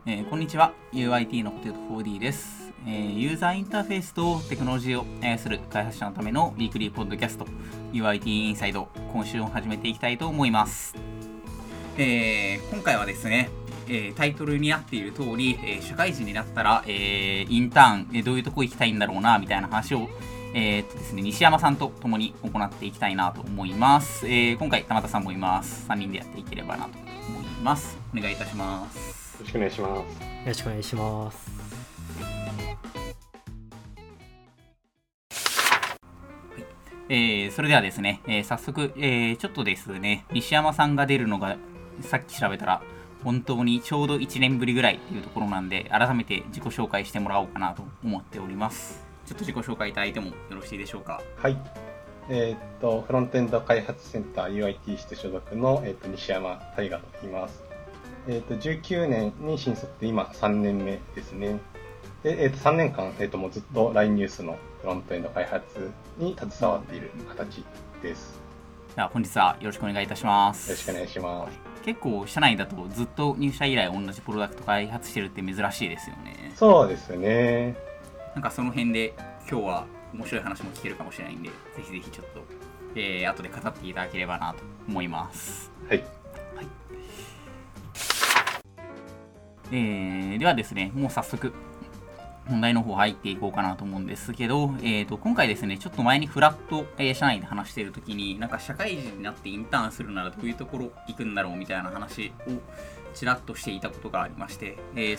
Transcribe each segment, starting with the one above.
こんにちは。UIT のポテト 4D です。ユーザーインターフェースとテクノロジーを操る開発者のためのウィークリーポッドキャスト UIT インサイド、今週も始めていきたいと思います。今回はですね、タイトルになっている通り、社会人になったら、インターン、どういうとこ行きたいんだろうなみたいな話をですね、西山さんと共に行っていきたいなと思います。今回玉田さんもいます。3人でやっていければなと思います。お願いいたします。 よろしくお願いします。 よろしくお願いします。 それではですね、早速、ちょっとですね、西山さんが出るのがさっき調べたら本当にちょうど1年ぶりぐらいというところなんで、改めて自己紹介してもらおうかなと思っております。ちょっと自己紹介いただいてもよろしいでしょうか。 はい。フロントエンド開発センター UIT 室所属の、西山大河と言います。19年に新卒で今3年目ですね。で、3年間、もうずっと LINE ニュースのフロントエンド開発に携わっている形です。 では本日はよろしくお願いいたします。 よろしくお願いします。 結構社内だとずっと入社以来同じプロダクト開発してるって珍しいですよね。 そうですね。 なんかその辺で今日は面白い話も聞けるかもしれないんで、ぜひぜひちょっと、後で語っていただければなと思います。 はい。 ではですね、もう早速本題の方入っていこうかなと思うんですけど、今回ですね、ちょっと前にフラット、社内で話しているときに、なんか社会人になってインターンするならどういうところ行くんだろうみたいな話をちらっとしていたことがありまして、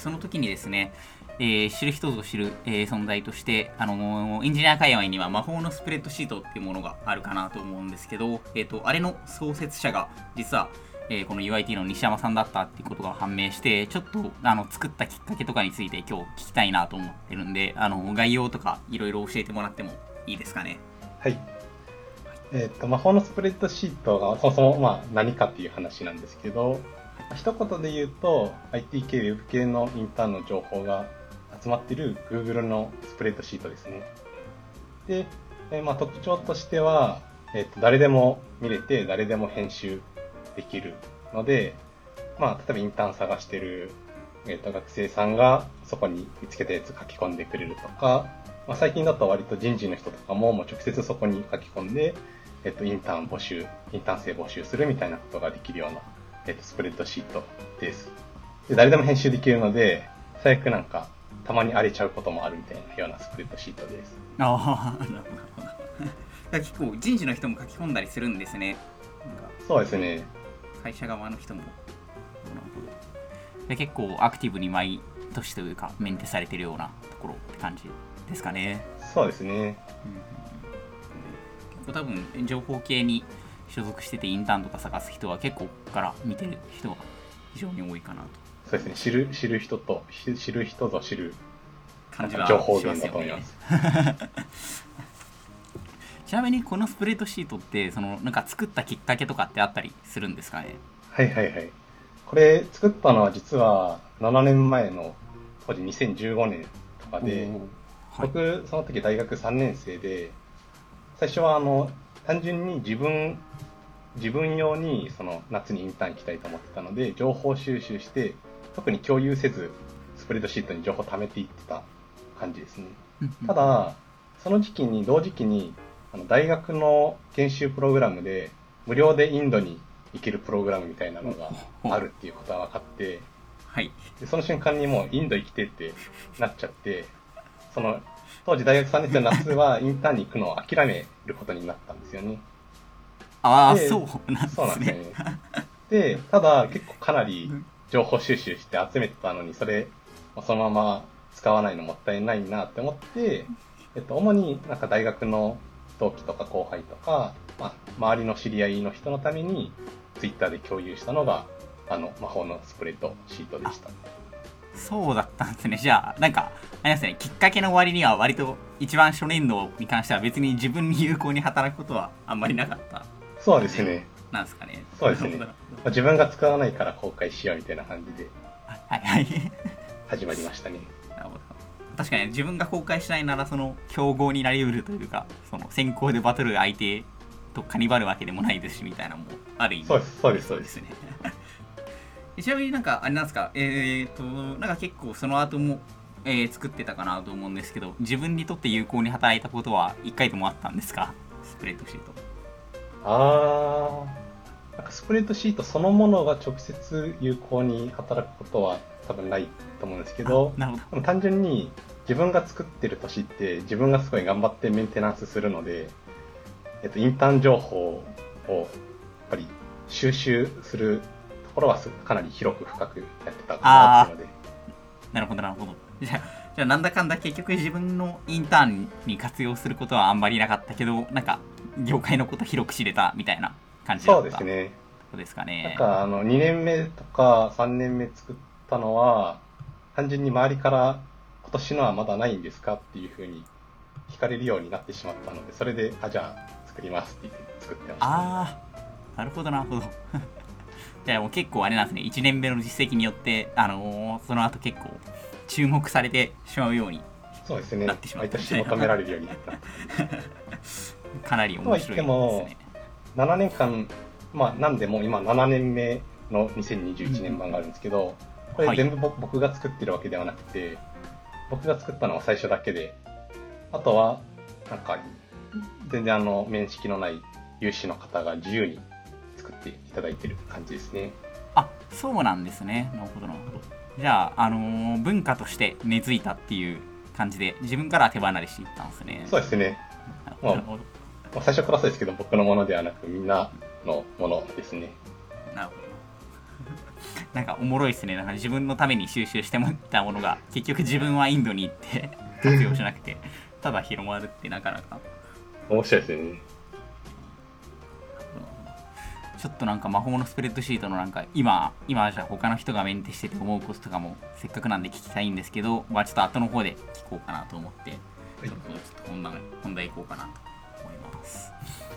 その時にですね、知る人ぞ知る、存在として、エンジニア界隈には魔法のスプレッドシートっていうものがあるかなと思うんですけど、あれの創設者が実はこの UIT の西山さんだったっていうことが判明して、ちょっと作ったきっかけとかについて今日聞きたいなと思ってるんで、概要とかいろいろ教えてもらってもいいですかね。 はい。魔法のスプレッドシートがそもそも何かっていう話なんですけど、一言で言うと IT 系、Web 系のインターンの情報が集まっている Google のスプレッドシートですね。で、特徴としては、誰でも見れて誰でも編集できるので、例えばインターン探してる、学生さんがそこに見つけたやつ書き込んでくれるとか、最近だと割と人事の人とかも直接そこに書き込んで、インターン生募集するみたいなことができるような、スプレッドシートです。で、誰でも編集できるので、最悪なんかたまに荒れちゃうこともあるみたいなようなスプレッドシートです。 ああ、なるほど。結構人事の人も書き込んだりするんですね。 そうですね。 会社側の人も。なるほど。で、結構アクティブに毎年というかメンテされてるようなところって感じですかね。 そうですね。 結構多分情報系に所属しててインターンとか探す人は結構ここから見てる人が非常に多いかなと。 そうですね。知る人ぞ知る感じは情報源だと思います。 ちなみにこのスプレッドシートってなんか作ったきっかけとかってあったりするんですかね。 はい。これ作ったのは実は7年前の当時2015年とかで、僕その時大学3年生で、最初は単純に自分用にその夏にインターン行きたいと思ってたので、情報収集して特に共有せずスプレッドシートに情報を貯めていってた感じですね。ただその同時期に大学の研修プログラムで無料でインドに行けるプログラムみたいなのがあるっていうことが分かって、でその瞬間にもうインド行きてってなっちゃって、当時大学3年生の夏はインターンに行くのを諦めることになったんですよね。 そうなんですね。 で、ただ結構かなり情報収集して集めてたのに、そのまま使わないのもったいないなって思って、主になんか大学の同期とか後輩とか、周りの知り合いの人のためにツイッターで共有したのが魔法のスプレッドシートでした。 そうだったんですね。じゃあなんかあれですね、きっかけの割には割と一番初年度に関しては別に自分に有効に働くことはあんまりなかった。 そうですね。 なんですかね。 そうですね。自分が使わないから公開しようみたいな感じで始まりましたね。 なるほど。確かに自分が公開しないなら競合になりうるというか、先行でバトル相手とカニバルわけでもないですしみたいなのもある意味。 そうですね。 ちなみになんかあれなんですか、なんか結構その後も、作ってたかなと思うんですけど、自分にとって有効に働いたことは一回でもあったんですか、スプレッドシート。 なんかスプレッドシートそのものが直接有効に働くことは多分ないと思うんですけど、 なるほど。 でも単純に自分が作ってる年って自分がすごい頑張ってメンテナンスするので、インターン情報をやっぱり収集するところはかなり広く深くやってたかなっていうので。 なるほどなるほど。じゃあなんだかんだ結局自分のインターンに活用することはあんまりなかったけど、なんか業界のこと広く知れたみたいな感じだった。 そうですね。 そうですかね。 なんか2年目とか3年目作ったのは、単純に周りから今年のはまだないんですかっていうふうに聞かれるようになってしまったので、それで、じゃあ作りますって言って作ってました。 なるほどなるほど。じゃあもう結構あれなんですね、1年目の実績によって、その後結構注目されてしまうようにそうですね。 なってしまった毎年求められるようになった。 かなり面白いですね。 とは言っても、7年間、なんでもう今7年目の2021年版があるんですけど、これ全部僕が作ってるわけではなくて、僕が作ったのは最初だけで、あとは、なんか、全然面識のない有志の方が自由に作っていただいてる感じですね。 そうなんですね。なるほどなるほど。じゃあ、文化として根付いたっていう感じで、自分から手離れしていったんですね。 そうですね。 なるほど。 最初からそうですけど、僕のものではなく、みんなのものですね。 なるほど。なんかおもろいですね。なんか自分のために収集してもらったものが、結局自分はインドに行って活用しなくて、ただ広まるってなかなか。 面白いですよね。 ちょっとなんか魔法のスプレッドシートのなんか今じゃあ他の人がメンテしてて思うこととかもせっかくなんで聞きたいんですけど、ちょっと後の方で聞こうかなと思って、ちょっと本題行こうかなと思います。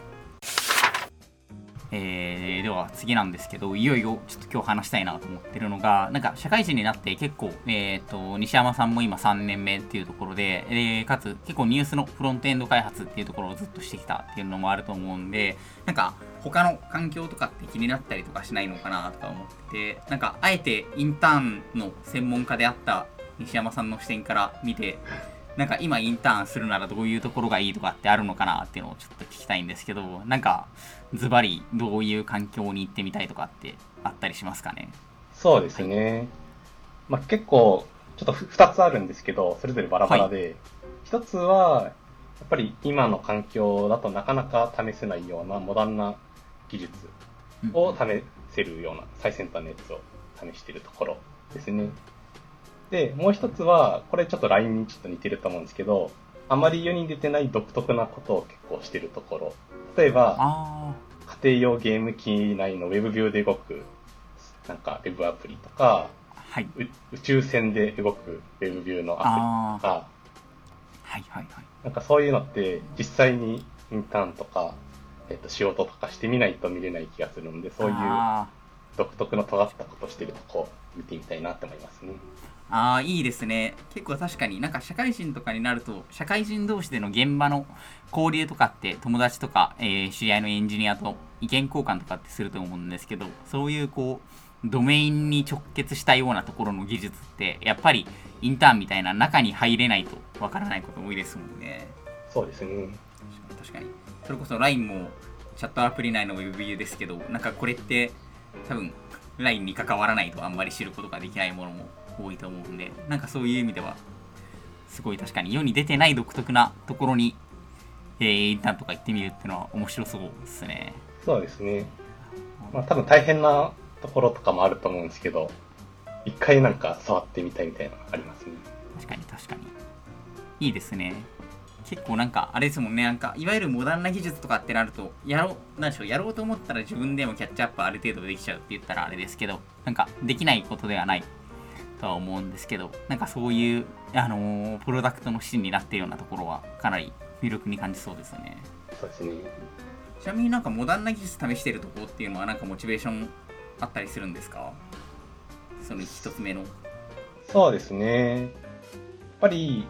では次なんですけど、いよいよちょっと今日話したいなと思ってるのが、なんか社会人になって結構、西山さんも今3年目っていうところで、かつ結構ニュースのフロントエンド開発っていうところをずっとしてきたっていうのもあると思うんで、なんか他の環境とかって気になったりとかしないのかなとか思ってて、なんかあえてインターンの専門家であった西山さんの視点から見て、なんか今インターンするならどういうところがいいとかってあるのかなっていうのをちょっと聞きたいんですけど、なんかズバリどういう環境に行ってみたいとかってあったりしますかね。 そうですね。結構ちょっと2つあるんですけど、それぞれバラバラで、1つはやっぱり今の環境だとなかなか試せないようなモダンな技術を試せるような最先端のやつを試しているところですね。で、もう一つは、これちょっと LINE にちょっと似てると思うんですけど、あまり世に出てない独特なことを結構してるところ。例えば、家庭用ゲーム機内の Web ビューで動く、なんか Web アプリとか、宇宙船で動く Web ビューのアプリとか、なんかそういうのって実際にインターンとか、仕事とかしてみないと見れない気がするので、そういう独特の尖ったことしてるとこ見てみたいなって思いますね。 いいですね。結構確かになんか社会人とかになると、社会人同士での現場の交流とかって友達とか、知り合いのエンジニアと意見交換とかってすると思うんですけど、そういうこうドメインに直結したようなところの技術ってやっぱりインターンみたいな中に入れないとわからないこと多いですもんね。 そうですね。 確かに。それこそ LINE もチャットアプリ内の Web ビューですけど、なんかこれって多分 LINE に関わらないとあんまり知ることができないものも多いと思うんで、なんかそういう意味ではすごい確かに世に出てない独特なところに、インターンとか行ってみるっていうのは面白そうですね。 そうですね。多分大変なところとかもあると思うんですけど、一回なんか触ってみたいみたいなのありますね。 確かにいいですね。結構なんかあれですもんね、なんかいわゆるモダンな技術とかってなるとやろうと思ったら自分でもキャッチアップある程度できちゃうって言ったらあれですけど、なんかできないことではないとは思うんですけど、なんかそういうプロダクトの芯になっているようなところはかなり魅力に感じそうですよね。 そうですね。 ちなみになんかモダンな技術試してるところっていうのはなんかモチベーションあったりするんですか？その一つ目の。 そうですね。やっぱり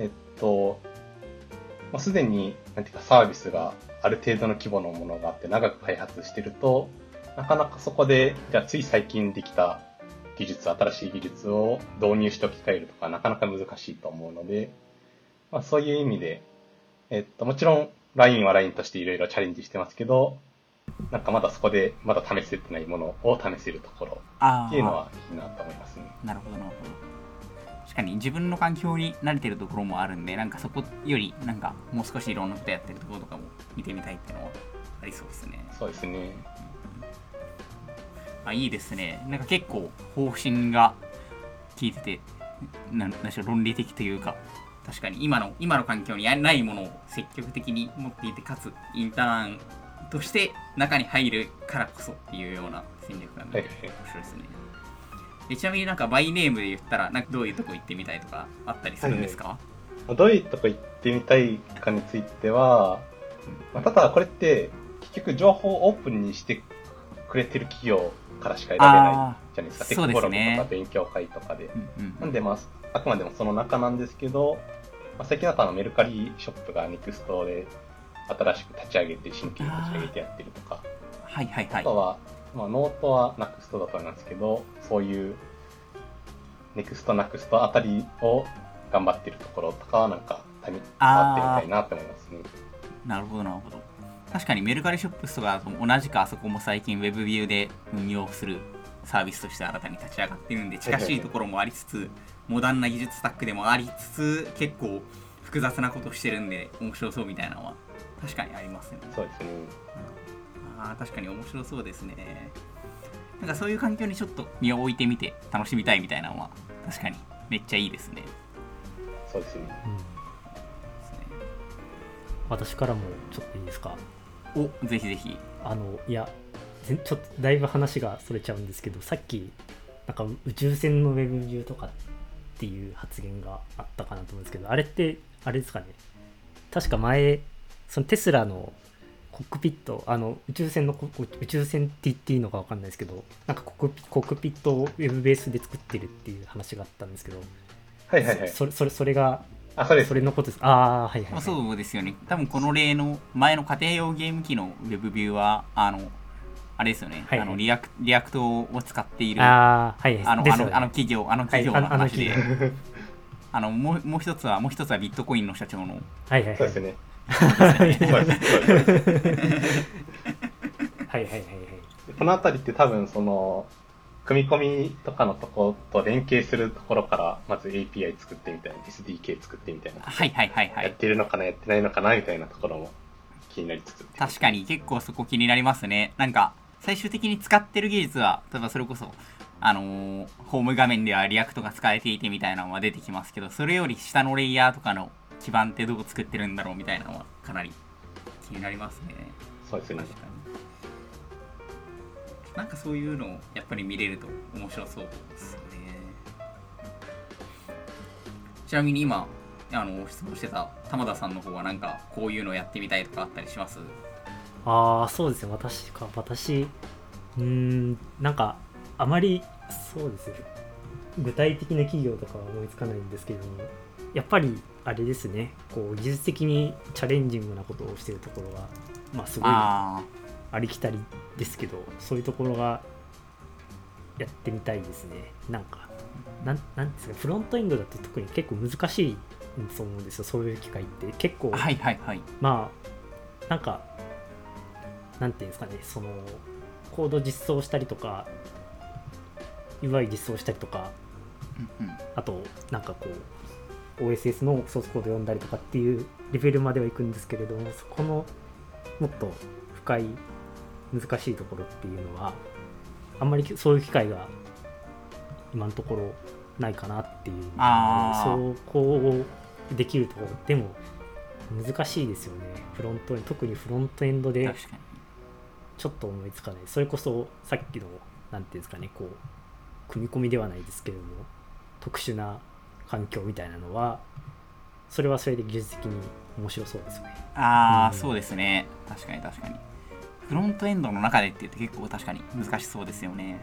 すでになんていうかサービスがある程度の規模のものがあって長く開発してると、なかなかそこでじゃあつい最近できた新しい技術を導入して置き換えるとかなかなか難しいと思うので、そういう意味で、もちろん LINE は LINE としていろいろチャレンジしてますけど、なんかまだそこでまだ試せてないものを試せるところっていうのはいいなと思いますね。 なるほどなるほど。確かに自分の環境に慣れてるところもあるんで、なんかそこよりなんかもう少しいろんなことやってるところとかも見てみたいっていうのはありそうですね。 そうですね。 いいですね。なんか結構方針が効いてて、なんでしょう、論理的というか、確かに今の環境にないものを積極的に持っていて、かつインターンとして中に入るからこそっていうような戦略なんで、面白いですね。ちなみになんかバイネームで言ったら、なんかどういうとこ行ってみたいとかあったりするんですか？ どういうとこ行ってみたいかについては、ただこれって結局情報をオープンにしてくれてる企業からしか選べないじゃないですか。テックフォロムとか勉強会とかで。なんであくまでもその中なんですけど、最近だとメルカリショップがネクストで新しく立ち上げて、新規に立ち上げてやってるとか。あとは、ノートはナクストだと思いますけど、そういうネクスト、ナクストあたりを頑張ってるところとかはなんか触ってみたいなって思いますね。 なるほどなるほど。確かにメルカリショップとかと同じくあそこも最近 Web ビューで運用するサービスとして新たに立ち上がっているんで、近しいところもありつつ、モダンな技術スタックでもありつつ、結構複雑なことをしてるんで面白そうみたいなのは確かにありますね。 そうですね。 確かに面白そうですね。なんかそういう環境にちょっと身を置いてみて楽しみたいみたいなのは確かにめっちゃいいですね。 そうですね。 私からもちょっといいですか？ ぜひぜひ。 いやちょっとだいぶ話がそれちゃうんですけど、さっきなんか宇宙船のウェブビューとかっていう発言があったかなと思うんですけど、あれってあれですかね、確か前そのテスラのコックピット、宇宙船って言っていいのか分かんないですけど、なんかコックピットをウェブベースで作ってるっていう話があったんですけど、それがそれのことです。 そうですよね。多分この例の前の家庭用ゲーム機のウェブビューはあれですよね、リアクトを使っているあの企業の話で、もう一つはビットコインの社長の、 そうですね。このあたりって多分その組み込みとかのところと連携するところからまず API 作ってみたいな SDK 作ってみたいな、やってるのかなやってないのかなみたいなところも気になりつつ、 確かに結構そこ気になりますね。なんか最終的に使ってる技術は例えばそれこそホーム画面ではリアクトが使えていてみたいなのは出てきますけど、それより下のレイヤーとかの基盤ってどう作ってるんだろうみたいなのはかなり気になりますね。 そうですね。 確かになんかそういうのをやっぱり見れると面白そうですよね。ちなみに今質問してた玉田さんの方はなんかこういうのをやってみたいとかあったりします？ そうですね。私なんかあまりそうですね、具体的な企業とかは思いつかないんですけれども、やっぱりあれですね、こう技術的にチャレンジングなことをしているところはすごいありきたりですけど、そういうところがやってみたいですね。なんですか、フロントエンドだと特に結構難しいと思うんですよ。そういう機会って結構なんかなんていうんですかね、そのコード実装したりとか UI 実装したりとか、あとなんかこう OSS のソースコード読んだりとかっていうレベルまでは行くんですけれども、そこのもっと深い難しいところっていうのはあんまりそういう機会が今のところないかなっていう、そうこうできるところでも難しいですよね。特にフロントエンドでちょっと思いつかない。それこそさっきのなんていうんですかね、こう組み込みではないですけれども特殊な環境みたいなのはそれはそれで技術的に面白そうですよね。 そうですね。確かにフロントエンドの中でって言って結構確かに難しそうですよね。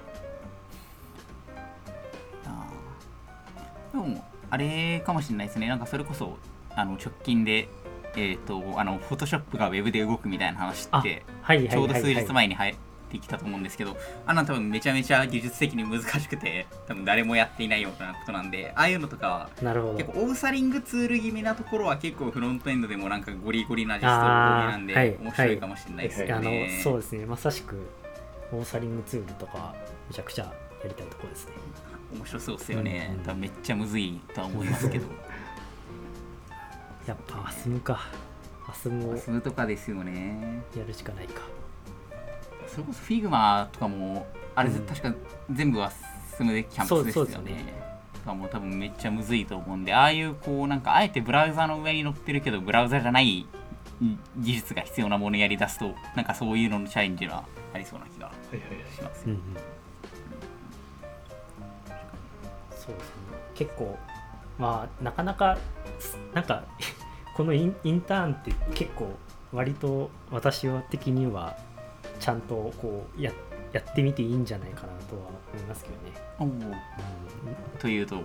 でもあれかもしれないですね。なんかそれこそ直近でフォトショップがウェブで動くみたいな話ってちょうど数日前にってきたと思うんですけど、多分めちゃめちゃ技術的に難しくて多分誰もやっていないようなことなんで、ああいうのとかはなるほど。 結構オーサリングツール気味なところは結構フロントエンドでもなんかゴリゴリな実装なんで、 はい面白いかもしれないですよね。 そうですね、まさしくオーサリングツールとかめちゃくちゃやりたいところですね。 面白そうですよね、 うんうん、 多分めっちゃむずいとは思いますけどやっぱアスムか。アスムをとかですよね。 やるしかないか。 それこそ Figma とかもあれ、確か全部はスムでキャンプスですよね。 そうですよね。 とかも多分めっちゃむずいと思うんで、ああいうこうなんかあえてブラウザの上に載ってるけどブラウザじゃない技術が必要なものやり出すと、なんかそういうののチャレンジはありそうな気がしますよ。 そうですね。結構まあなかなかなんかこのインターンって結構割と私は的にはちゃんとこうやってみていいんじゃないかなとは思いますけどね。 というと、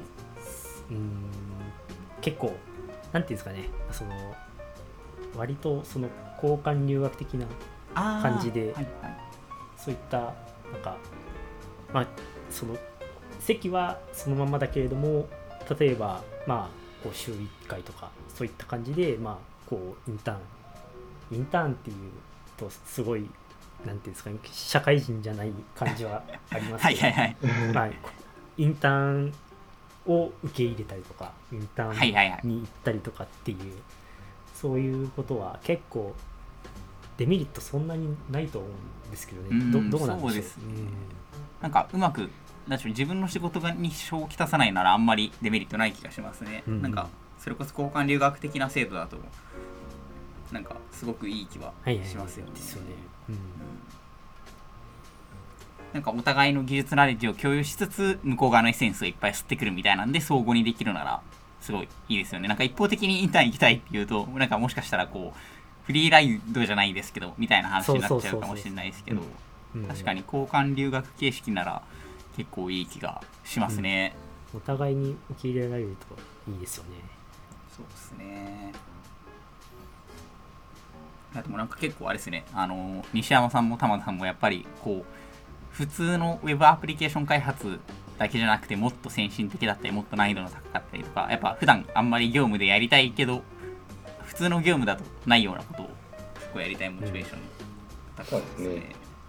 結構なんていうんですかね、その割とその交換留学的な感じで、そういったなんかまあその席はそのままだけれども、例えばまあこう週1回とかそういった感じで、まあこうインターンっていうとすごいなんていうんですかね、社会人じゃない感じはありますけど、まあインターンを受け入れたりとかインターンに行ったりとかっていう、そういうことは結構デメリットそんなにないと思うんですけどね。どうなんでしょう。 そうですね。なんかうまく自分の仕事に支障をきたさないならあんまりデメリットない気がしますね。なんかそれこそ交換留学的な制度だとなんかすごくいい気はしますよね。なんかお互いの技術ナレッジを共有しつつ向こう側のエッセンスをいっぱい吸ってくるみたいなんで相互にできるならすごいいいですよね。なんか一方的にインターン行きたいっていうと、なんかもしかしたらこうフリーライドじゃないですけどみたいな話になっちゃうかもしれないですけど、確かに交換留学形式なら結構いい気がしますね。 お互いに受け入れられるといいですよね。 そうですね。でもなんか結構あれですね、西山さんも玉田さんもやっぱりこう普通のウェブアプリケーション開発だけじゃなくてもっと先進的だったりもっと難易度の高かったりとか、やっぱ普段あんまり業務でやりたいけど普通の業務だとないようなことを結構やりたいモチベーション高いですね。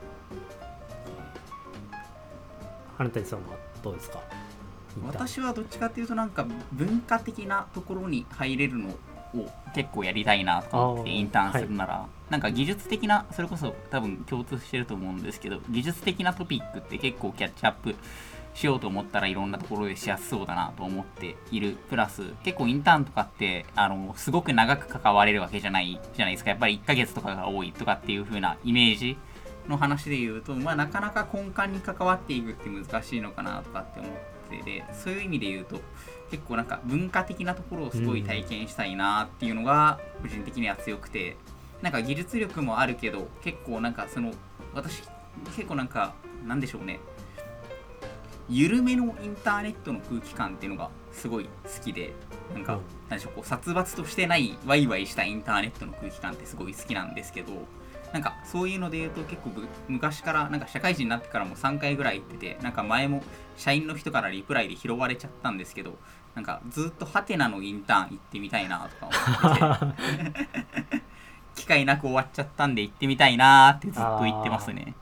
花谷さんはどうですか？ 私はどっちかっていうとなんか文化的なところに入れるのを結構やりたいなと思ってインターンするなら、なんか技術的な、それこそ多分共通してると思うんですけど、技術的なトピックって結構キャッチアップしようと思ったらいろんなところでしやすそうだなと思っている。プラス結構インターンとかってすごく長く関われるわけじゃないですか。やっぱり1ヶ月とかが多いとかっていう風なイメージの話で言うと、まあなかなか根幹に関わっていくって難しいのかなとかって思ってて、そういう意味で言うと結構なんか文化的なところをすごい体験したいなっていうのが個人的には強くて、なんか技術力もあるけど結構なんか私結構なんかなんでしょうね、緩めのインターネットの空気感っていうのがすごい好きで、なんかなんでしょう、こう殺伐としてないワイワイしたインターネットの空気感ってすごい好きなんですけど、なんかそういうので言うと結構昔からなんか社会人になってからも3回ぐらい行ってて、なんか前も社員の人からリプライで拾われちゃったんですけど、なんかずっとハテナのインターン行ってみたいなとか思ってて機会なく終わっちゃったんで行ってみたいなってずっと言ってますね。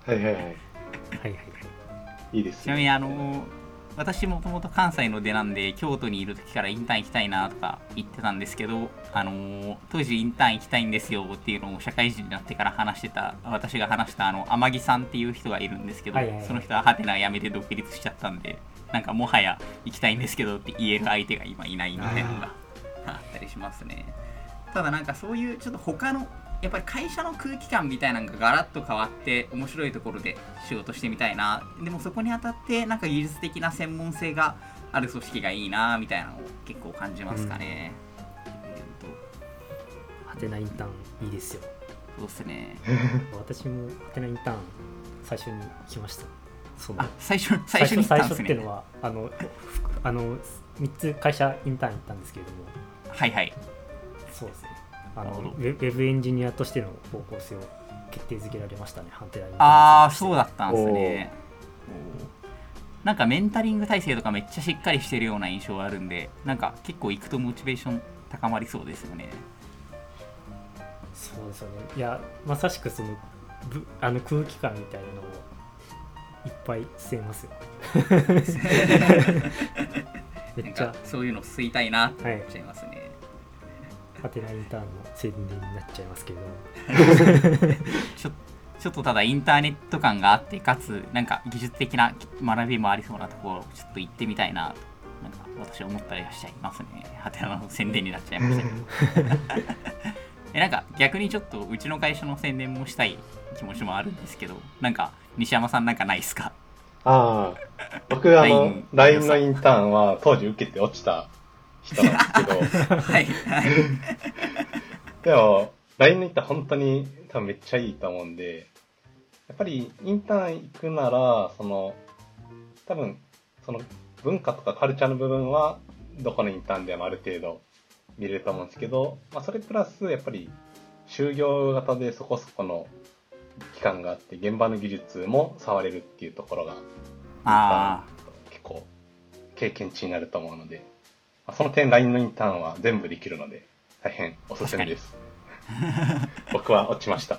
いいですね。 ちなみに私もともと関西の出なんで京都にいる時からインターン行きたいなとか言ってたんですけど、当時インターン行きたいんですよっていうのを社会人になってから私が話した天城さんっていう人がいるんですけど、その人はハテナ辞めて独立しちゃったんで、なんかもはや行きたいんですけどって言える相手が今いないみたいなのがあったりしますね。ただなんかそういうちょっと他のやっぱり会社の空気感みたいなのがガラッと変わって面白いところで仕事してみたいな、でもそこにあたってなんか技術的な専門性がある組織がいいなみたいなのを結構感じますかね。 ハテナインターンいいですよ。 そうですね私もハテナインターン最初に来ました。 最初に行ったんですね。 っていうのは3つ会社インターン行ったんですけれども、 はいはい、 そうですね、ウェブエンジニアとしての方向性を決定づけられましたね、ハンテライン。 ああ、そうだったんですね。なんかメンタリング体制とかめっちゃしっかりしてるような印象があるんで、なんか結構行くとモチベーション高まりそうですよね。 そうですよね。いや、まさしくその空気感みたいなのをいっぱい吸えますよ。めっちゃそういうの吸いたいなって思っちゃいますね。 ハテナインターンの宣伝になっちゃいますけどちょっとただインターネット感があって、かつなんか技術的な学びもありそうなところをちょっと行ってみたいな、なんか私は思ったりはしちゃいますね。ハテナの宣伝になっちゃいましたけどなんか逆にちょっとうちの会社の宣伝もしたい気持ちもあるんですけど、なんか西山さんなんかないですか？ ああ、僕LINE のインターンは当時受けて落ちた人なんですけどはいはいでも LINE のインターン本当に多分めっちゃいいと思うんで、やっぱりインターン行くなら多分その文化とかカルチャーの部分はどこのインターンでもある程度見れると思うんですけど、まあ、それプラスやっぱり就業型でそこそこの期間があって現場の技術も触れるっていうところが結構経験値になると思うので、その点 LINE のインターンは全部できるので大変おすすめです。僕は落ちました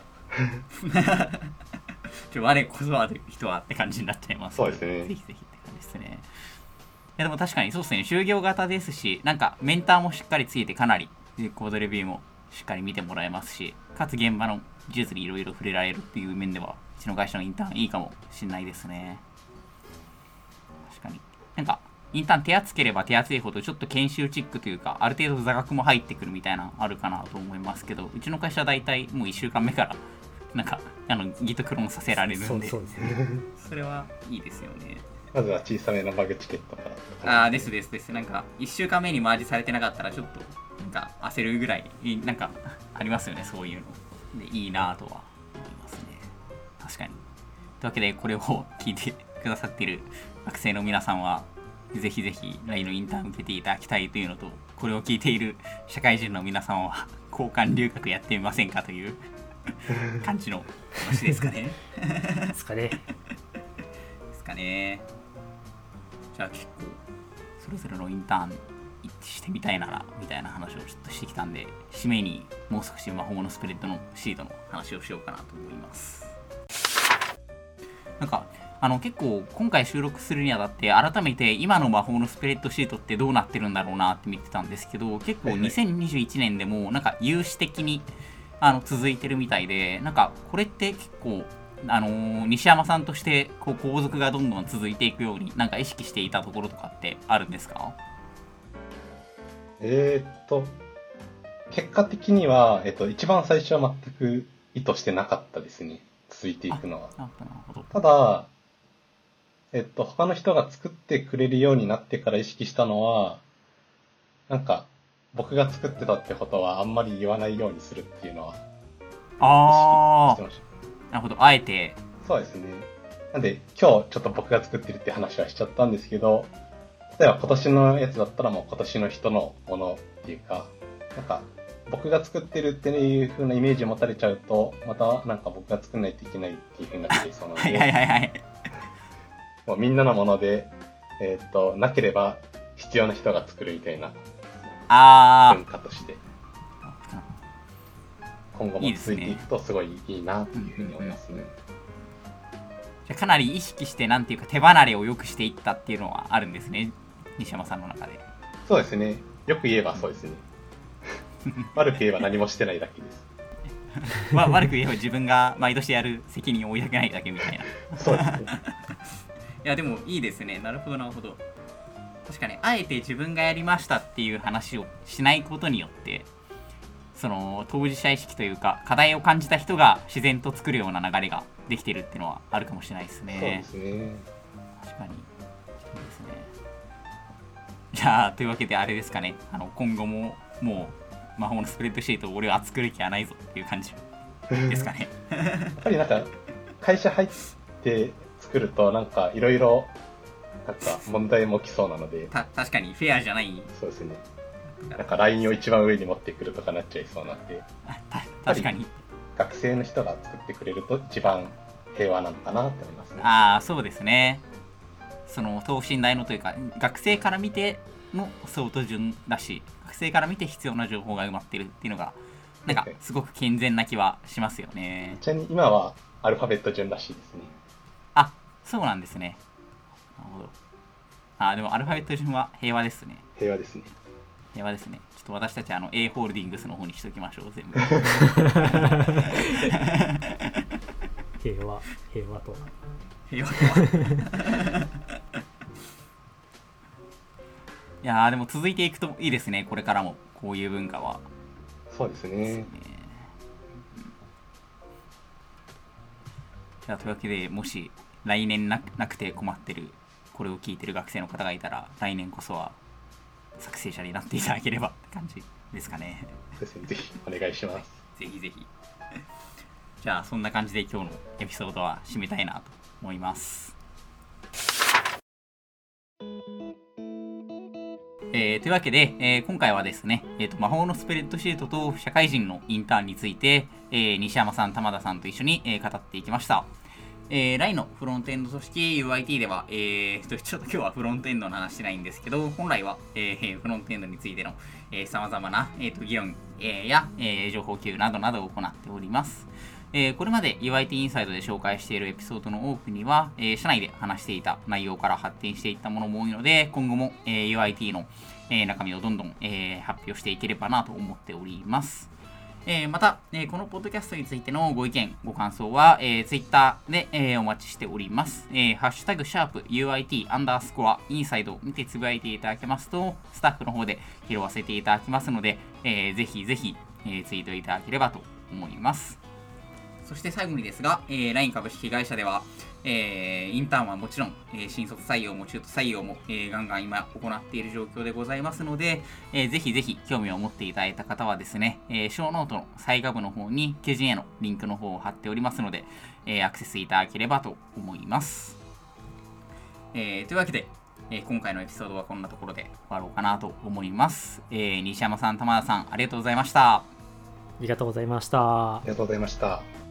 我こそはという人はって感じになっちゃいます。 そうですね。 ぜひぜひって感じですね。いやでも確かにそうですね、就業型ですし、なんかメンターもしっかりついてかなりコードレビューもしっかり見てもらえますし、かつ現場の技術にいろいろ触れられるっていう面ではうちの会社のインターンいいかもしれないですね。確かになんかインターン手厚ければ手厚いほどちょっと研修チックというか、ある程度座学も入ってくるみたいなのあるかなと思いますけど、うちの会社はだいたいもう1週間目からなんかGit クローンさせられるんで、 そうですねそれはいいですよね。 まずは小さめのバグチケットから。 です。なんか1週間目にマージされてなかったらちょっとなんか焦るぐらいなんかありますよね、そういうので。いいなぁとは思いますね。確かに。というわけでこれを聞いてくださっている学生の皆さんはぜひぜひ LINE のインターン受けていただきたいというのと、これを聞いている社会人の皆さんは交換留学やってみませんかという感じの話ですかね。 ですかね。 ですかね。じゃあ結構それぞれのインターンしてみたいならみたいな話をちょっとしてきたんで、締めにもう少し魔法のスプレッドのシートの話をしようかなと思います。なんか結構今回収録するにあたって改めて今の魔法のスプレッドシートってどうなってるんだろうなって見てたんですけど、結構2021年でもなんか有志的に続いてるみたいで、なんかこれって結構西山さんとしてこう後続がどんどん続いていくようになんか意識していたところとかってあるんですか？ 結果的には、一番最初は全く意図してなかったですね、続いていくのは。ただ、他の人が作ってくれるようになってから意識したのは、なんか僕が作ってたってことはあんまり言わないようにするっていうのは意識してました。 なるほど、あえて。 そうですね。なんで今日ちょっと僕が作ってるって話はしちゃったんですけど、例えば今年のやつだったらもう今年の人のものっていうか、なんか僕が作ってるっていう風なイメージを持たれちゃうと、またなんか僕が作んないといけないっていう風になっちゃいそうなので、もうみんなのもので、なければ必要な人が作るみたいな文化として今後も続いていくとすごいいいなっていう風に思いますね。 じゃかなり意識してなんていうか手離れを良くしていったっていうのはあるんですね、西山さんの中で。 そうですね。よく言えばそうですね。悪く言えば何もしてないだけです。 悪く言えば自分が毎年やる責任を負いたくないだけみたいな。 そうですね。 いやでもいいですね。なるほどなるほど。確かにあえて自分がやりましたっていう話をしないことによって、その当事者意識というか課題を感じた人が自然と作るような流れができてるっていうのはあるかもしれないですね。 そうですね。 確かに。そうですね。じゃあというわけであれですかね。今後ももう魔法のスプレッドシートを俺は作る気はないぞっていう感じですかね。 やっぱりなんか会社入って作るとなんかいろいろなんか問題も起きそうなので、 確かにフェアじゃない。 そうですね。なんか LINE を一番上に持ってくるとかなっちゃいそうなんで、 確かに学生の人が作ってくれると一番平和なのかなって思いますね。 ああ、そうですね。その等身大のというか、学生から見ての相当順だし、学生から見て必要な情報が埋まってるっていうのが、なんかすごく健全な気はしますよね。 ちなみに今はアルファベット順らしいですね。 あ、そうなんですね。なるほど。あ、でもアルファベット順は平和ですね。 平和ですね。 平和ですね。ちょっと私たちA ホールディングスの方にしときましょう、全部。 平和とは。 平和とは。いやー、でも続いていくといいですね、これからもこういう文化は。 そうですね。 じゃあというわけで、もし来年なくて困ってる、これを聞いてる学生の方がいたら、来年こそは作成者になっていただければって感じですかね。 そうですね、ぜひお願いします。 ぜひぜひ。じゃあそんな感じで今日のエピソードは締めたいなと思います。というわけで、今回はですね、魔法のスプレッドシートと社会人のインターンについて、西山さん、玉田さんと一緒に、語っていきました。LINE のフロントエンド組織 UIT では、ちょっと今日はフロントエンドの話してないんですけど、本来は、フロントエンドについての、様々な、議論、や、情報共有などなどを行っております。これまで UIT インサイドで紹介しているエピソードの多くには、社内で話していた内容から発展していったものも多いので、今後も、UIT の、中身をどんどん、発表していければなと思っております。また、このポッドキャストについてのご意見、ご感想は、Twitter で、お待ちしております。ハッシュタグ#UIT_inside にてつぶやいていただけますと、スタッフの方で拾わせていただきますので、ぜひぜひ、ツイートいただければと思います。そして最後にですが、LINE 株式会社では、インターンはもちろん、新卒採用も中途採用も、ガンガン今行っている状況でございますので、ぜひぜひ興味を持っていただいた方はですね、ショーノートの最下部の方に求人へのリンクの方を貼っておりますので、アクセスいただければと思います。というわけで、今回のエピソードはこんなところで終わろうかなと思います。西山さん、玉田さん、ありがとうございました。 ありがとうございました。 ありがとうございました。